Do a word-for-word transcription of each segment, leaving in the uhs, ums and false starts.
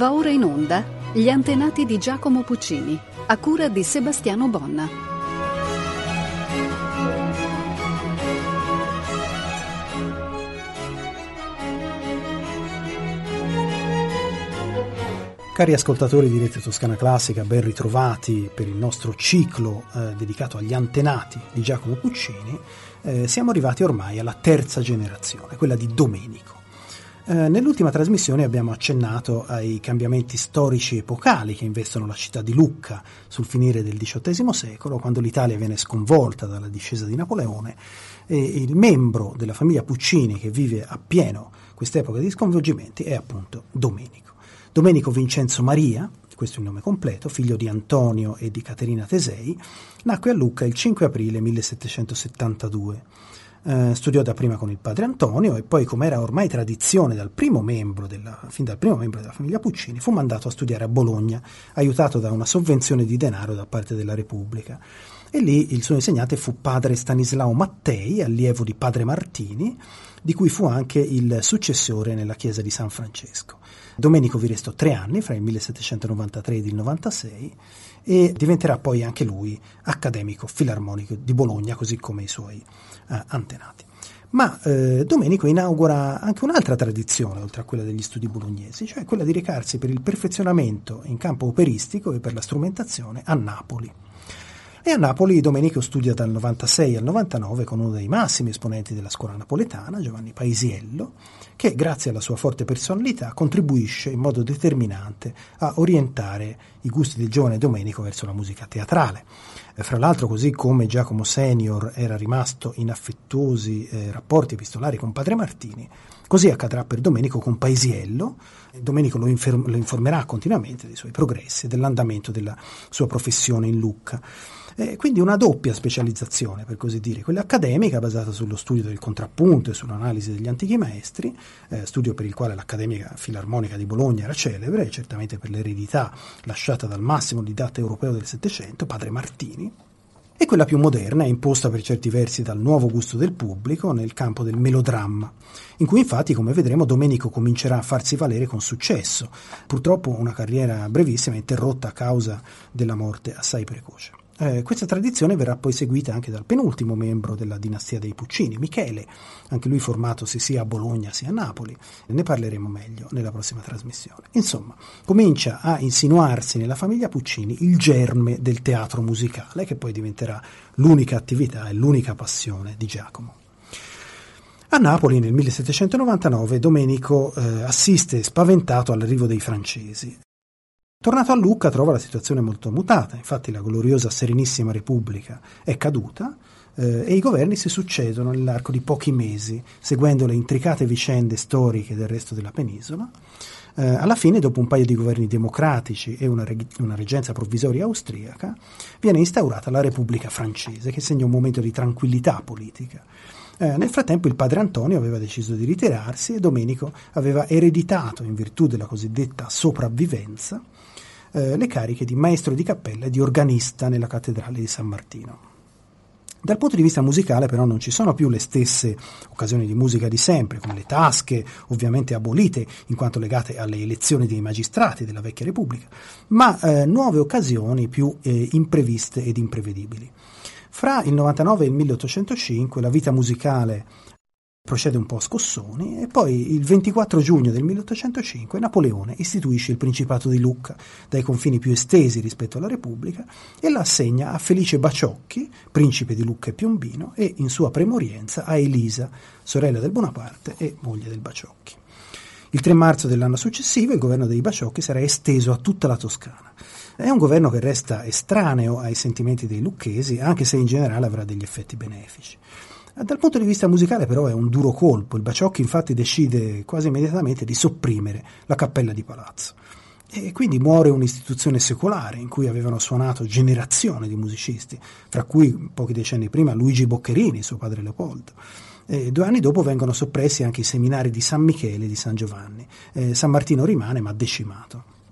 Va ora in onda Gli antenati di Giacomo Puccini, a cura di Sebastiano Bonna. Cari ascoltatori di Rete Toscana Classica, ben ritrovati per il nostro ciclo eh, dedicato agli antenati di Giacomo Puccini. Eh, siamo arrivati ormai alla terza generazione, quella di Domenico. Eh, nell'ultima trasmissione abbiamo accennato ai cambiamenti storici epocali che investono la città di Lucca sul finire del diciottesimo secolo, quando l'Italia viene sconvolta dalla discesa di Napoleone, e il membro della famiglia Puccini che vive appieno quest'epoca di sconvolgimenti è appunto Domenico. Domenico Vincenzo Maria, questo è il nome completo, figlio di Antonio e di Caterina Tesei, nacque a Lucca il cinque aprile millesettecentosettantadue. Eh, studiò dapprima con il padre Antonio e poi, come era ormai tradizione dal primo membro della, fin dal primo membro della famiglia Puccini, fu mandato a studiare a Bologna, aiutato da una sovvenzione di denaro da parte della Repubblica. E lì il suo insegnante fu padre Stanislao Mattei, allievo di padre Martini, di cui fu anche il successore nella chiesa di San Francesco. Domenico vi restò tre anni, fra il millesettecentonovantatré ed il novantasei, e diventerà poi anche lui accademico filarmonico di Bologna, così come i suoi eh, antenati. Ma eh, Domenico inaugura anche un'altra tradizione, oltre a quella degli studi bolognesi, cioè quella di recarsi per il perfezionamento in campo operistico e per la strumentazione a Napoli. E a Napoli Domenico studia dal novantasei al novantanove con uno dei massimi esponenti della scuola napoletana, Giovanni Paisiello, che grazie alla sua forte personalità contribuisce in modo determinante a orientare i gusti del giovane Domenico verso la musica teatrale. E fra l'altro, così come Giacomo Senior era rimasto in affettuosi eh, rapporti epistolari con padre Martini, così accadrà per Domenico con Paisiello. Domenico lo, infer- lo informerà continuamente dei suoi progressi e dell'andamento della sua professione in Lucca. Eh, quindi una doppia specializzazione, per così dire, quella accademica basata sullo studio del contrappunto e sull'analisi degli antichi maestri, eh, studio per il quale l'Accademia Filarmonica di Bologna era celebre, certamente per l'eredità lasciata dal massimo didatta europeo del Settecento, padre Martini, e quella più moderna, imposta per certi versi dal nuovo gusto del pubblico nel campo del melodramma, in cui infatti, come vedremo, Domenico comincerà a farsi valere con successo, purtroppo una carriera brevissima interrotta a causa della morte assai precoce. Eh, questa tradizione verrà poi seguita anche dal penultimo membro della dinastia dei Puccini, Michele, anche lui formatosi sia a Bologna sia a Napoli. Ne parleremo meglio nella prossima trasmissione. Insomma, comincia a insinuarsi nella famiglia Puccini il germe del teatro musicale, che poi diventerà l'unica attività e l'unica passione di Giacomo. A Napoli nel millesettecentonovantanove Domenico eh, assiste spaventato all'arrivo dei francesi. Tornato a Lucca trova la situazione molto mutata, infatti la gloriosa Serenissima Repubblica è caduta eh, e i governi si succedono nell'arco di pochi mesi, seguendo le intricate vicende storiche del resto della penisola. Eh, alla fine, dopo un paio di governi democratici e una, reg- una reggenza provvisoria austriaca, viene instaurata la Repubblica francese, che segna un momento di tranquillità politica. Eh, nel frattempo il padre Antonio aveva deciso di ritirarsi e Domenico aveva ereditato, in virtù della cosiddetta sopravvivenza, eh, le cariche di maestro di cappella e di organista nella cattedrale di San Martino. Dal punto di vista musicale però non ci sono più le stesse occasioni di musica di sempre, come le tasche, ovviamente abolite in quanto legate alle elezioni dei magistrati della vecchia Repubblica, ma eh, nuove occasioni più eh, impreviste ed imprevedibili. Fra il novantanove e il milleottocentocinque la vita musicale procede un po' a scossoni e poi il ventiquattro giugno del milleottocentocinque Napoleone istituisce il Principato di Lucca dai confini più estesi rispetto alla Repubblica e la assegna a Felice Baciocchi, principe di Lucca e Piombino, e in sua premorienza a Elisa, sorella del Bonaparte e moglie del Baciocchi. Il tre marzo dell'anno successivo il governo dei Baciocchi sarà esteso a tutta la Toscana. È un governo che resta estraneo ai sentimenti dei lucchesi, anche se in generale avrà degli effetti benefici. Dal punto di vista musicale però è un duro colpo. Il Baciocchi infatti decide quasi immediatamente di sopprimere la cappella di palazzo e quindi muore un'istituzione secolare in cui avevano suonato generazioni di musicisti, fra cui pochi decenni prima Luigi Boccherini, suo padre Leopoldo. E due anni dopo vengono soppressi anche i seminari di San Michele e di San Giovanni. Eh, San Martino rimane ma decimato.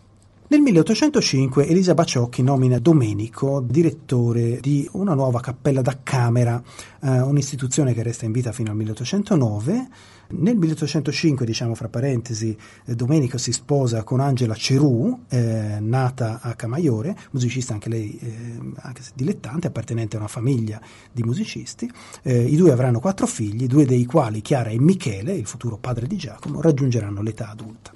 Nel milleottocentocinque Elisa Baciocchi nomina Domenico direttore di una nuova cappella da camera, eh, un'istituzione che resta in vita fino al milleottocentonove. Nel milleottocentocinque, diciamo fra parentesi, eh, Domenico si sposa con Angela Cerù, eh, nata a Camaiore, musicista anche lei, eh, anche se dilettante, appartenente a una famiglia di musicisti. Eh, I due avranno quattro figli, due dei quali, Chiara e Michele, il futuro padre di Giacomo, raggiungeranno l'età adulta.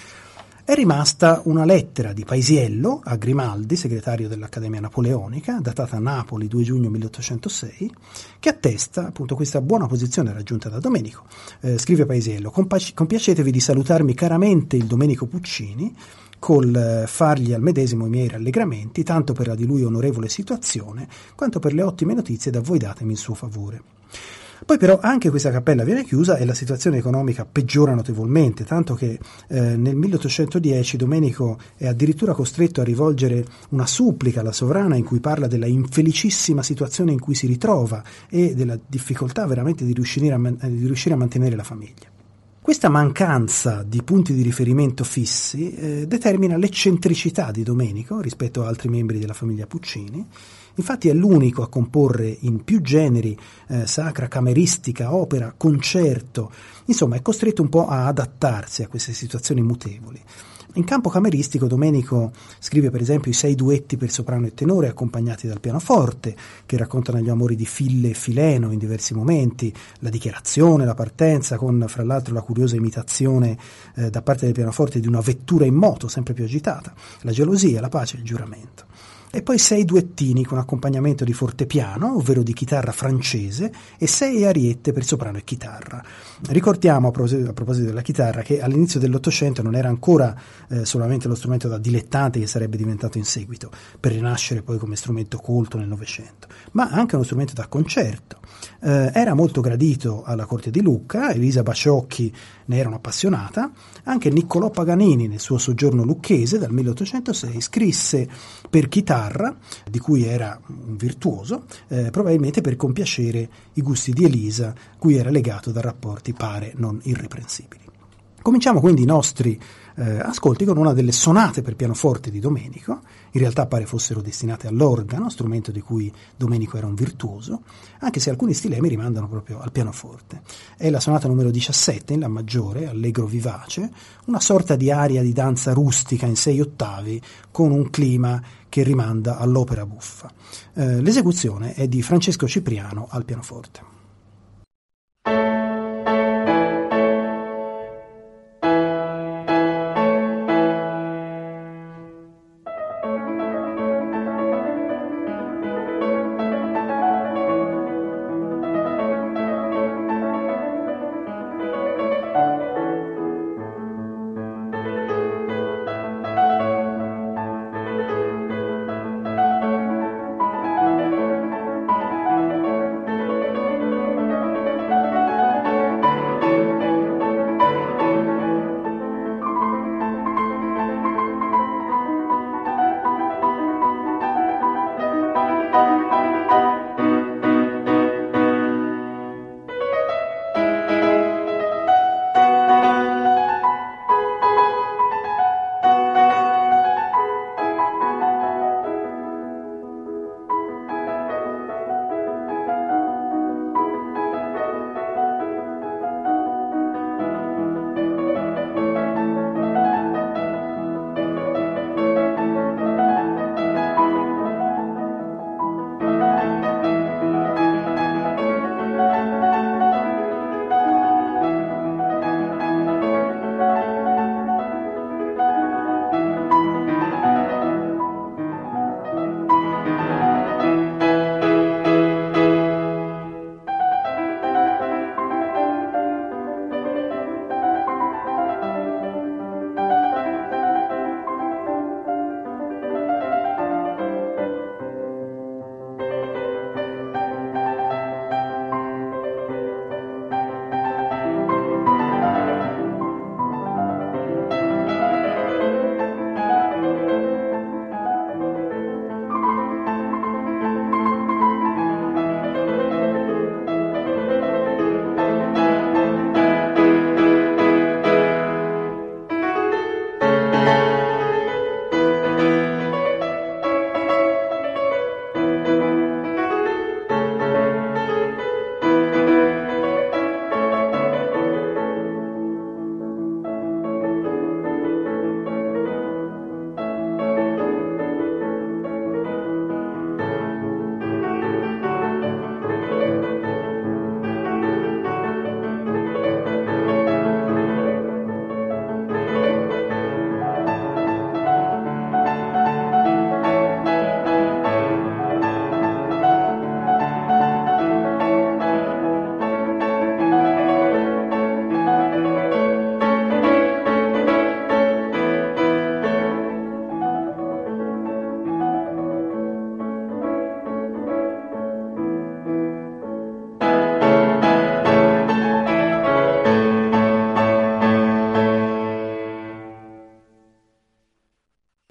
È rimasta una lettera di Paisiello a Grimaldi, segretario dell'Accademia Napoleonica, datata a Napoli due giugno milleottocentosei, che attesta appunto questa buona posizione raggiunta da Domenico. Eh, scrive Paisiello: compiacetevi di salutarmi caramente il Domenico Puccini, col eh, fargli al medesimo i miei rallegramenti, tanto per la di lui onorevole situazione, quanto per le ottime notizie da voi datemi in suo favore. Poi però anche questa cappella viene chiusa e la situazione economica peggiora notevolmente, tanto che eh, nel milleottocentodieci Domenico è addirittura costretto a rivolgere una supplica alla sovrana in cui parla della infelicissima situazione in cui si ritrova e della difficoltà veramente di riuscire a, man- di riuscire a mantenere la famiglia. Questa mancanza di punti di riferimento fissi eh, determina l'eccentricità di Domenico rispetto a altri membri della famiglia Puccini. Infatti è l'unico a comporre in più generi, eh, sacra, cameristica, opera, concerto, insomma è costretto un po' a adattarsi a queste situazioni mutevoli. In campo cameristico Domenico scrive per esempio i sei duetti per soprano e tenore accompagnati dal pianoforte, che raccontano gli amori di Fille e Fileno in diversi momenti, la dichiarazione, la partenza, con fra l'altro la curiosa imitazione eh, da parte del pianoforte di una vettura in moto sempre più agitata, la gelosia, la pace e il giuramento. E poi sei duettini con accompagnamento di fortepiano, ovvero di chitarra francese, e sei ariette per soprano e chitarra. Ricordiamo a proposito, a proposito della chitarra che all'inizio dell'Ottocento non era ancora eh, solamente lo strumento da dilettante che sarebbe diventato in seguito, per rinascere poi come strumento colto nel Novecento, ma anche uno strumento da concerto. Eh, era molto gradito alla corte di Lucca, Elisa Baciocchi ne era un'appassionata, anche Niccolò Paganini nel suo soggiorno lucchese dal milleottocentosei scrisse per chitarra, di cui era un virtuoso, eh, probabilmente per compiacere i gusti di Elisa, cui era legato da rapporti pare non irreprensibili. Cominciamo quindi i nostri eh, ascolti con una delle sonate per pianoforte di Domenico. In realtà pare fossero destinate all'organo, strumento di cui Domenico era un virtuoso, anche se alcuni stilemi rimandano proprio al pianoforte. È la sonata numero diciassette in La maggiore, allegro vivace, una sorta di aria di danza rustica in sei ottavi con un clima che rimanda all'opera buffa. Eh, l'esecuzione è di Francesco Cipriano al pianoforte.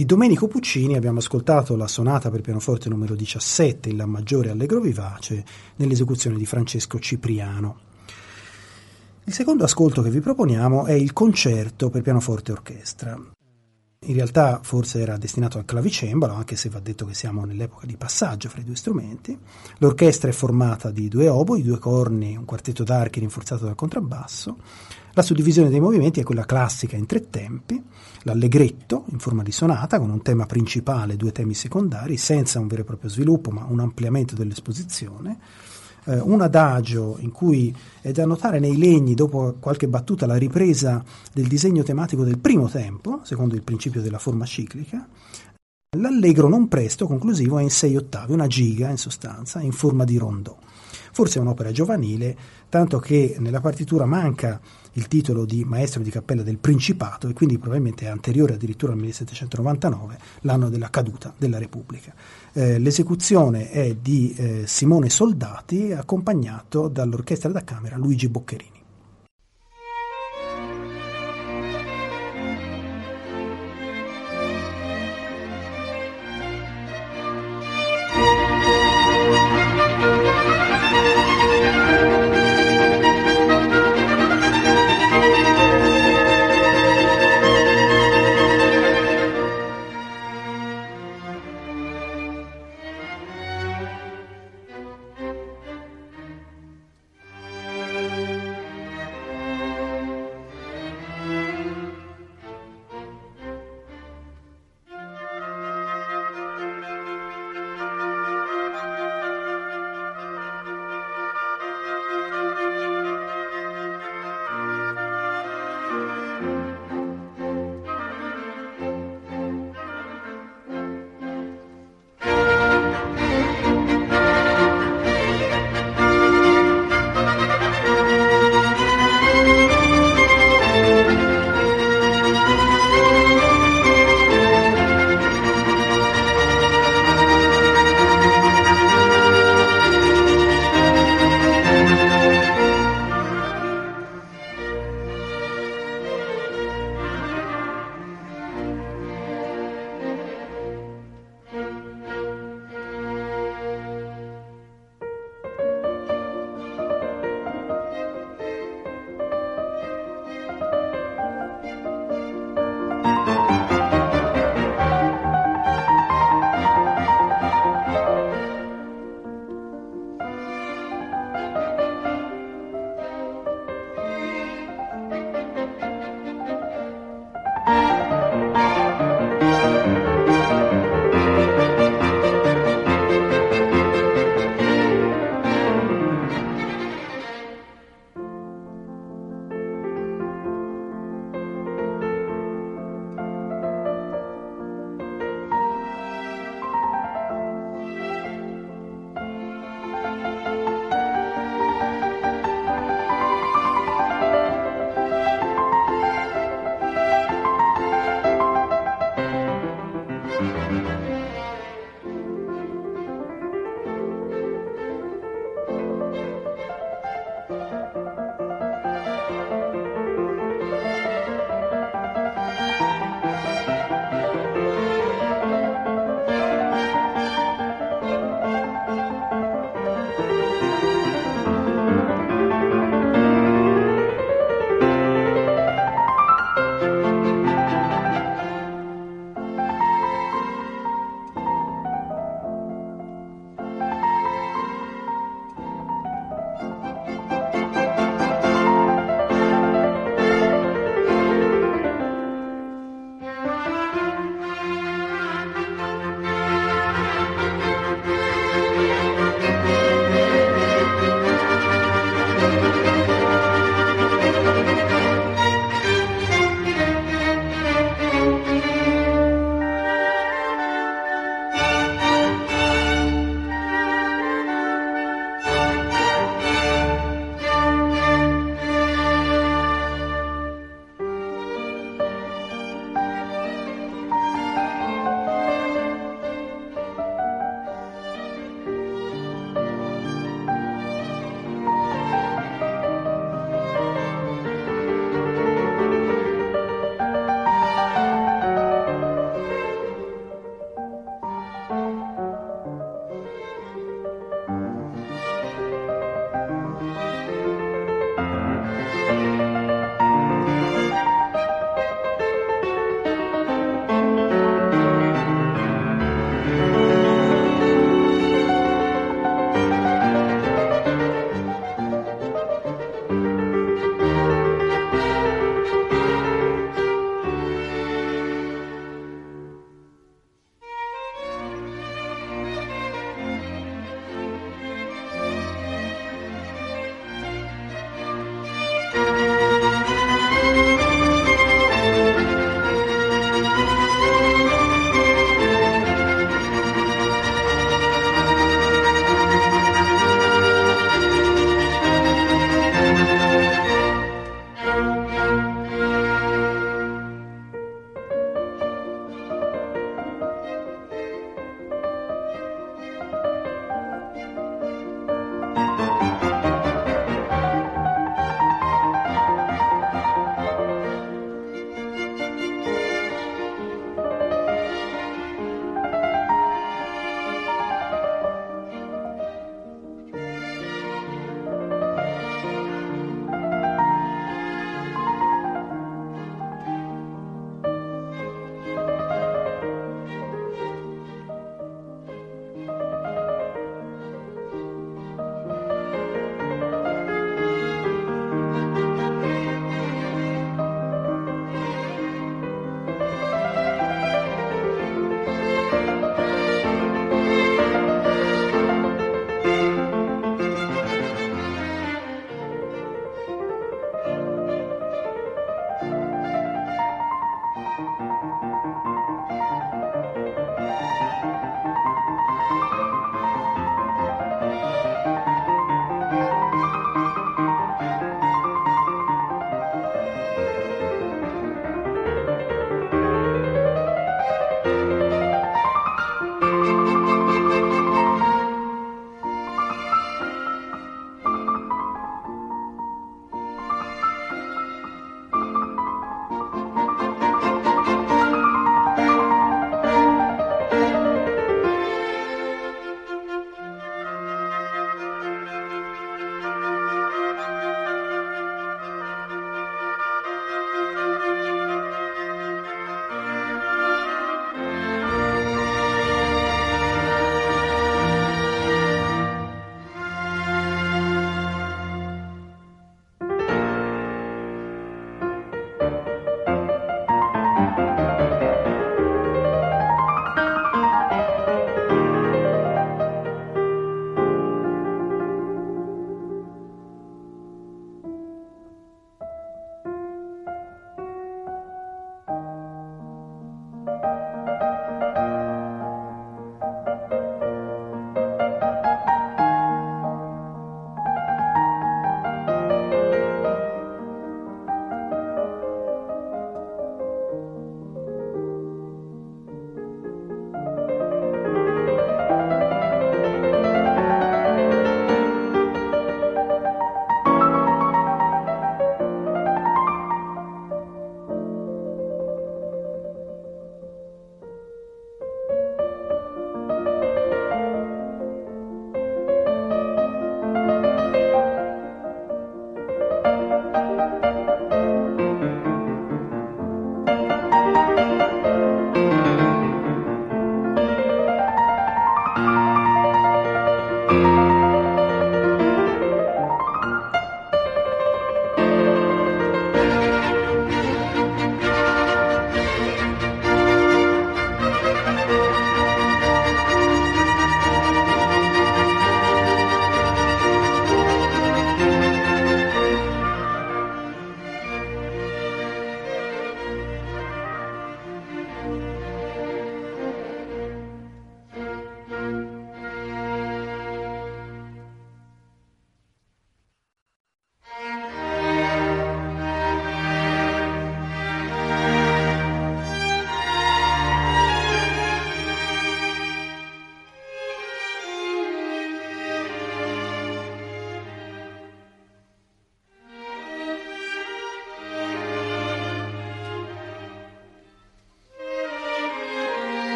Di Domenico Puccini abbiamo ascoltato la sonata per pianoforte numero diciassette in La maggiore allegro vivace nell'esecuzione di Francesco Cipriano. Il secondo ascolto che vi proponiamo è il concerto per pianoforte e orchestra. In realtà forse era destinato al clavicembalo, anche se va detto che siamo nell'epoca di passaggio fra i due strumenti. L'orchestra è formata di due oboi, due corni, un quartetto d'archi rinforzato dal contrabbasso. La suddivisione dei movimenti è quella classica in tre tempi, l'allegretto in forma di sonata con un tema principale e due temi secondari, senza un vero e proprio sviluppo ma un ampliamento dell'esposizione, eh, un adagio in cui è da notare nei legni, dopo qualche battuta, la ripresa del disegno tematico del primo tempo, secondo il principio della forma ciclica. L'allegro non presto conclusivo è in sei ottavi, una giga in sostanza, in forma di rondò. Forse è un'opera giovanile, tanto che nella partitura manca il titolo di maestro di cappella del Principato e quindi probabilmente è anteriore addirittura al millesettecentonovantanove, l'anno della caduta della Repubblica. Eh, l'esecuzione è di eh, Simone Soldati, accompagnato dall'orchestra da camera Luigi Boccherini.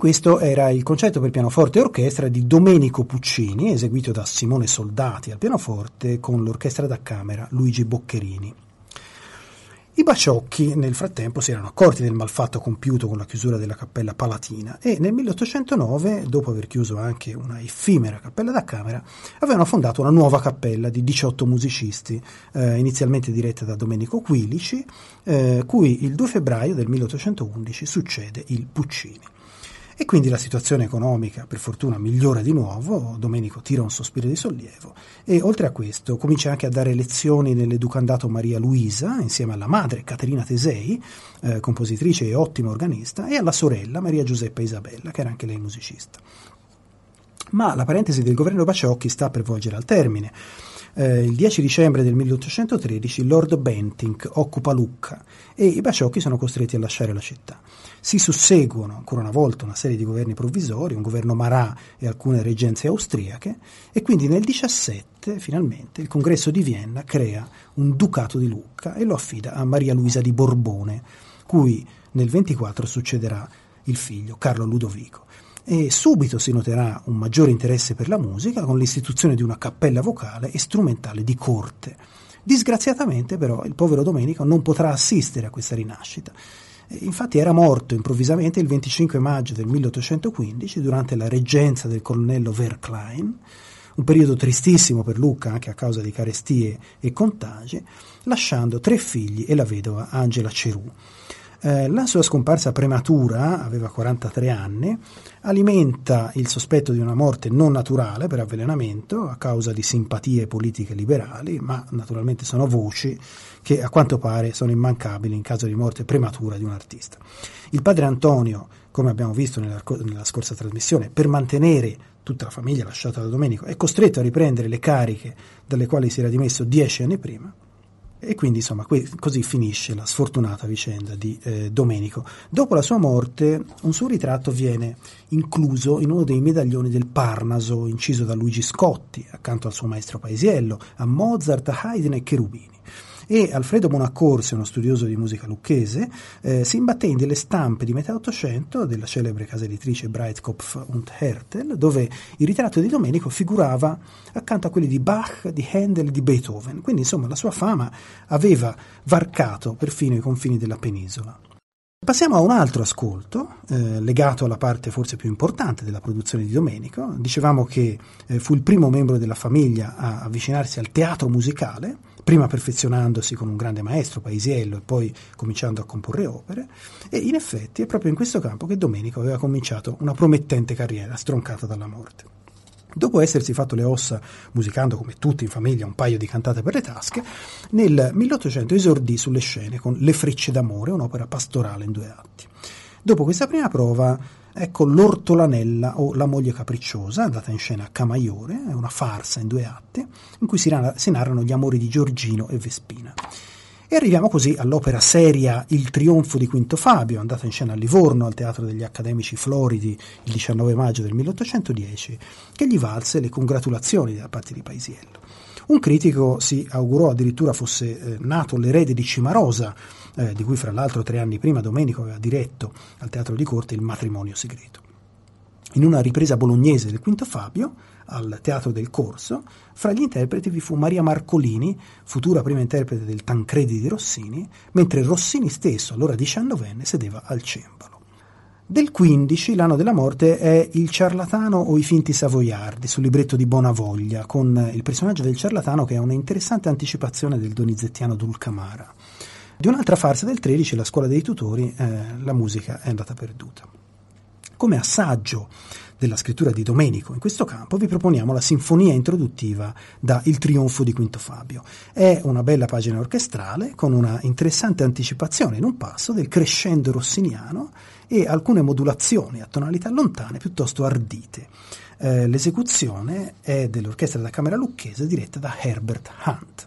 questo era il concerto per pianoforte e orchestra di Domenico Puccini, eseguito da Simone Soldati al pianoforte con l'orchestra da camera Luigi Boccherini. I Baciocchi nel frattempo si erano accorti del malfatto compiuto con la chiusura della Cappella Palatina e nel milleottocentonove, dopo aver chiuso anche una effimera cappella da camera, avevano fondato una nuova cappella di diciotto musicisti, eh, inizialmente diretta da Domenico Quilici, eh, cui il due febbraio del milleottocentoundici succede il Puccini. E quindi la situazione economica, per fortuna, migliora di nuovo, Domenico tira un sospiro di sollievo e oltre a questo comincia anche a dare lezioni nell'educandato Maria Luisa, insieme alla madre Caterina Tesei, eh, compositrice e ottima organista, e alla sorella Maria Giuseppa Isabella, che era anche lei musicista. Ma la parentesi del governo Baciocchi sta per volgere al termine. Eh, il dieci dicembre del milleottocentotredici Lord Bentinck occupa Lucca e i Baciocchi sono costretti a lasciare la città. Si susseguono ancora una volta una serie di governi provvisori, un governo Marat e alcune reggenze austriache, e quindi nel diciassette finalmente il congresso di Vienna crea un ducato di Lucca e lo affida a Maria Luisa di Borbone, cui nel ventiquattro succederà il figlio Carlo Ludovico. E subito si noterà un maggiore interesse per la musica con l'istituzione di una cappella vocale e strumentale di corte. Disgraziatamente però il povero Domenico non potrà assistere a questa rinascita. Infatti era morto improvvisamente il venticinque maggio del milleottocentoquindici durante la reggenza del colonnello Verclain, un periodo tristissimo per Lucca anche a causa di carestie e contagi, lasciando tre figli e la vedova Angela Cerù. Eh, la sua scomparsa prematura, aveva quarantatré anni, alimenta il sospetto di una morte non naturale per avvelenamento a causa di simpatie politiche liberali, ma naturalmente sono voci che a quanto pare sono immancabili in caso di morte prematura di un artista. Il padre Antonio, come abbiamo visto nella, nella scorsa trasmissione, per mantenere tutta la famiglia lasciata da Domenico, è costretto a riprendere le cariche dalle quali si era dimesso dieci anni prima. E quindi insomma que- così finisce la sfortunata vicenda di eh, Domenico. Dopo la sua morte un suo ritratto viene incluso in uno dei medaglioni del Parnaso inciso da Luigi Scotti accanto al suo maestro Paisiello, a Mozart, a Haydn e Cherubini. E Alfredo Bonaccorsi, uno studioso di musica lucchese, eh, si imbatté in delle stampe di metà Ottocento della celebre casa editrice Breitkopf und Härtel, dove il ritratto di Domenico figurava accanto a quelli di Bach, di Handel e di Beethoven. Quindi insomma la sua fama aveva varcato perfino i confini della penisola. Passiamo a un altro ascolto, eh, legato alla parte forse più importante della produzione di Domenico. Dicevamo che eh, fu il primo membro della famiglia a avvicinarsi al teatro musicale, prima perfezionandosi con un grande maestro, Paisiello, e poi cominciando a comporre opere, e in effetti è proprio in questo campo che Domenico aveva cominciato una promettente carriera stroncata dalla morte. Dopo essersi fatto le ossa musicando come tutti in famiglia un paio di cantate per le tasche, nel milleottocento esordì sulle scene con Le Frecce d'amore, un'opera pastorale in due atti. Dopo questa prima prova, ecco L'Ortolanella o La moglie capricciosa, andata in scena a Camaiore, è una farsa in due atti, in cui si, narra, si narrano gli amori di Giorgino e Vespina. E arriviamo così all'opera seria Il trionfo di Quinto Fabio, andata in scena a Livorno al Teatro degli Accademici Floridi il diciannove maggio del milleottocentodieci, che gli valse le congratulazioni da parte di Paisiello. Un critico si augurò addirittura fosse eh, nato l'erede di Cimarosa, eh, di cui fra l'altro tre anni prima Domenico aveva diretto al Teatro di Corte Il matrimonio segreto. In una ripresa bolognese del Quinto Fabio, al Teatro del Corso, fra gli interpreti vi fu Maria Marcolini, futura prima interprete del Tancredi di Rossini, mentre Rossini stesso, allora diciannovenne, sedeva al cembalo. Del quindici, l'anno della morte, è Il ciarlatano o i finti savoiardi, sul libretto di Bonavoglia, con il personaggio del ciarlatano che è una interessante anticipazione del donizettiano Dulcamara. Di un'altra farsa del tredici, La scuola dei tutori, eh, la musica è andata perduta. Come assaggio della scrittura di Domenico in questo campo vi proponiamo la sinfonia introduttiva da Il trionfo di Quinto Fabio. È una bella pagina orchestrale con una interessante anticipazione in un passo del crescendo rossiniano e alcune modulazioni a tonalità lontane piuttosto ardite. Eh, l'esecuzione è dell'orchestra da camera lucchese diretta da Herbert Hunt.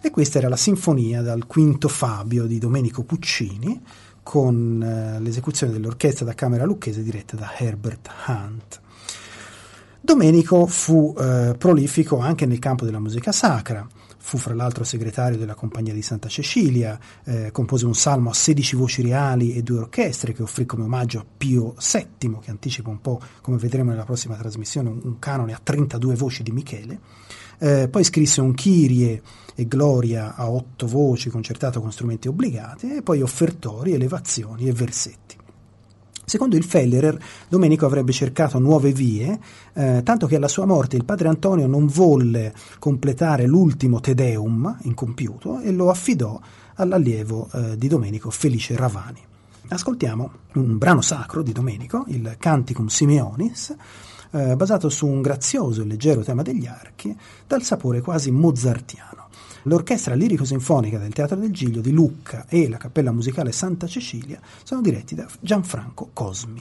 E questa era la sinfonia dal Quinto Fabio di Domenico Puccini, con eh, l'esecuzione dell'orchestra da camera lucchese diretta da Herbert Hunt. Domenico fu eh, prolifico anche nel campo della musica sacra. Fu fra l'altro segretario della Compagnia di Santa Cecilia, eh, compose un salmo a sedici voci reali e due orchestre che offrì come omaggio a Pio settimo, che anticipa un po', come vedremo nella prossima trasmissione, un, un canone a trentadue voci di Michele. Eh, poi scrisse un Kyrie e Gloria a otto voci concertato con strumenti obbligati, e poi offertori, elevazioni e versetti. Secondo il Fellerer, Domenico avrebbe cercato nuove vie, eh, tanto che alla sua morte il padre Antonio non volle completare l'ultimo Te Deum incompiuto e lo affidò all'allievo eh, di Domenico, Felice Ravani. Ascoltiamo un brano sacro di Domenico, il Canticum Simeonis, eh, basato su un grazioso e leggero tema degli archi, dal sapore quasi mozartiano. L'orchestra lirico-sinfonica del Teatro del Giglio di Lucca e la Cappella Musicale Santa Cecilia sono diretti da Gianfranco Cosmi.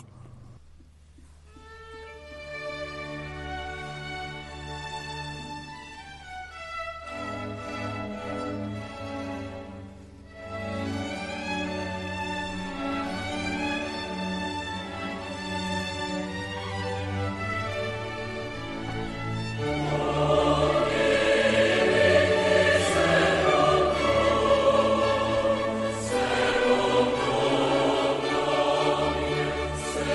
Say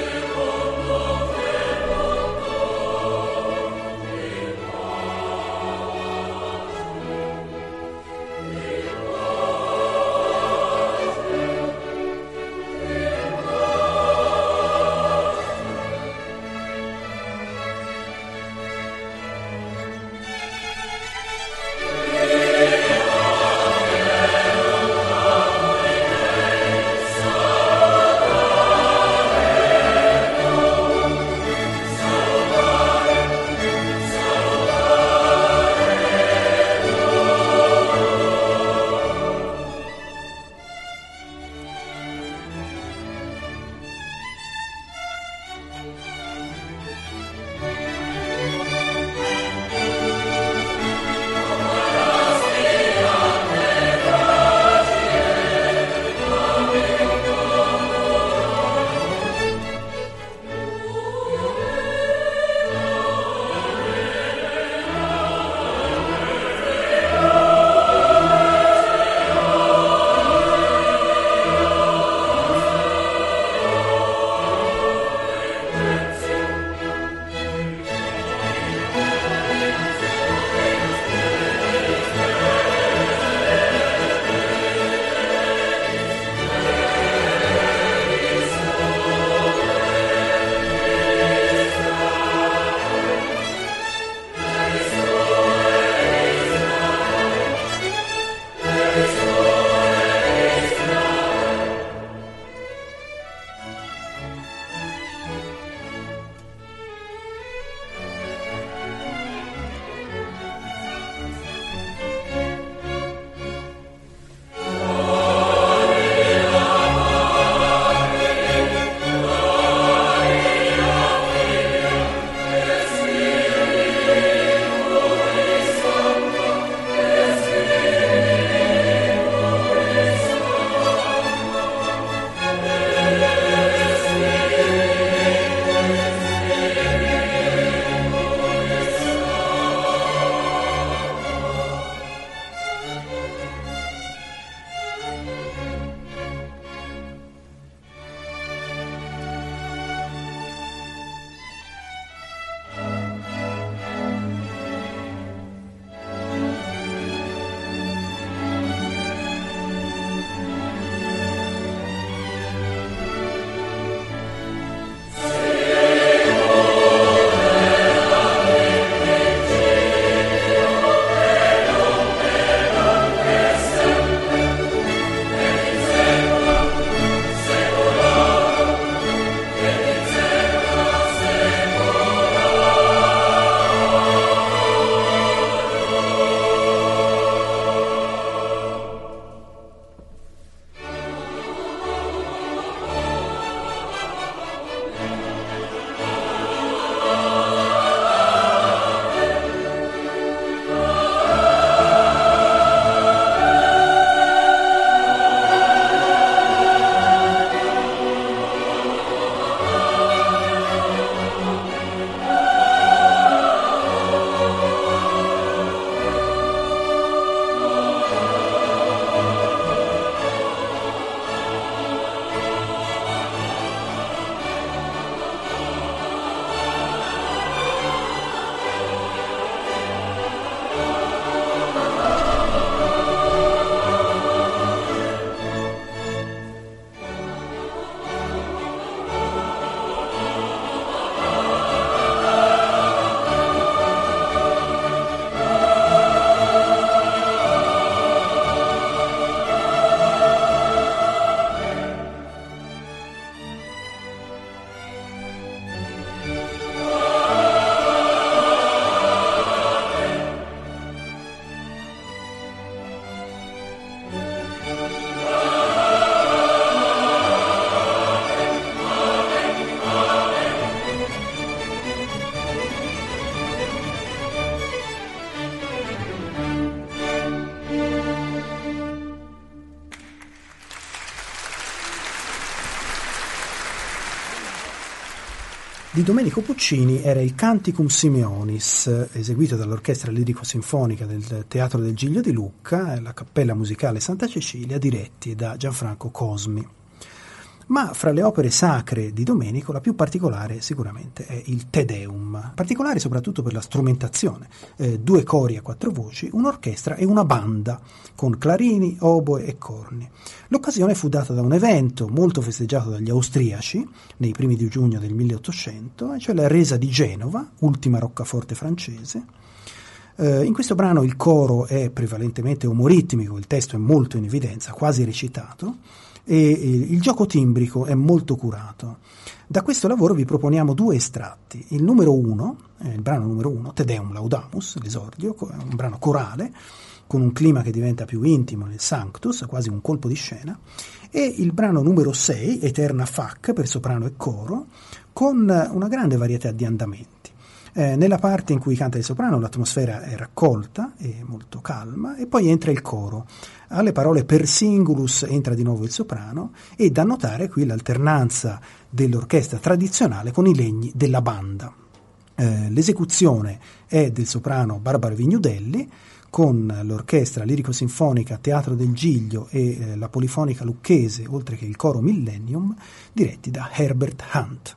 di Domenico Puccini era il Canticum Simeonis, eseguito dall'Orchestra Lirico-Sinfonica del Teatro del Giglio di Lucca e la Cappella Musicale Santa Cecilia, diretti da Gianfranco Cosmi. Ma fra le opere sacre di Domenico la più particolare sicuramente è il Te Deum, particolare soprattutto per la strumentazione, eh, due cori a quattro voci, un'orchestra e una banda con clarini, oboe e corni. L'occasione fu data da un evento molto festeggiato dagli austriaci nei primi di giugno del milleottocento, cioè la resa di Genova, ultima roccaforte francese. Uh, in questo brano il coro è prevalentemente omoritmico, il testo è molto in evidenza, quasi recitato, e, e il gioco timbrico è molto curato. Da questo lavoro vi proponiamo due estratti. Il numero uno, eh, il brano numero uno, Te Deum Laudamus, l'esordio, un brano corale, con un clima che diventa più intimo nel Sanctus, quasi un colpo di scena, e il brano numero sei, Eterna Fac, per soprano e coro, con una grande varietà di andamenti. Eh, nella parte in cui canta il soprano l'atmosfera è raccolta e molto calma, e poi entra il coro. Alle parole per singulus entra di nuovo il soprano, e da notare qui l'alternanza dell'orchestra tradizionale con i legni della banda. Eh, l'esecuzione è del soprano Barbara Vignudelli, con l'orchestra lirico-sinfonica Teatro del Giglio e eh, la polifonica lucchese, oltre che il coro Millennium, diretti da Herbert Hunt.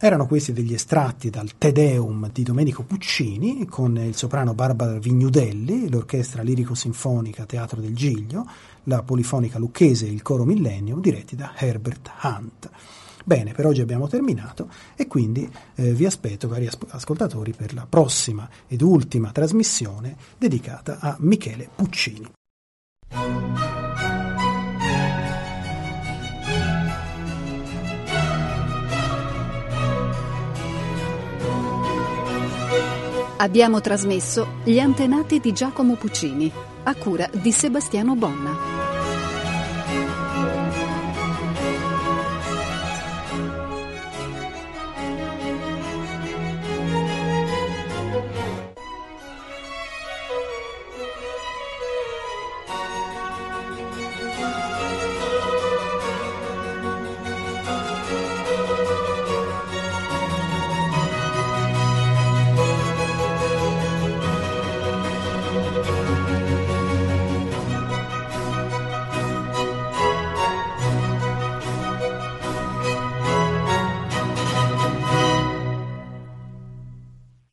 Erano questi degli estratti dal Te Deum di Domenico Puccini, con il soprano Barbara Vignudelli, l'orchestra lirico-sinfonica Teatro del Giglio, la polifonica lucchese e il coro Millennium, diretti da Herbert Hunt. Bene, per oggi abbiamo terminato e quindi eh, vi aspetto, cari as- ascoltatori, per la prossima ed ultima trasmissione dedicata a Michele Puccini. Abbiamo trasmesso Gli antenati di Giacomo Puccini, a cura di Sebastiano Bonna.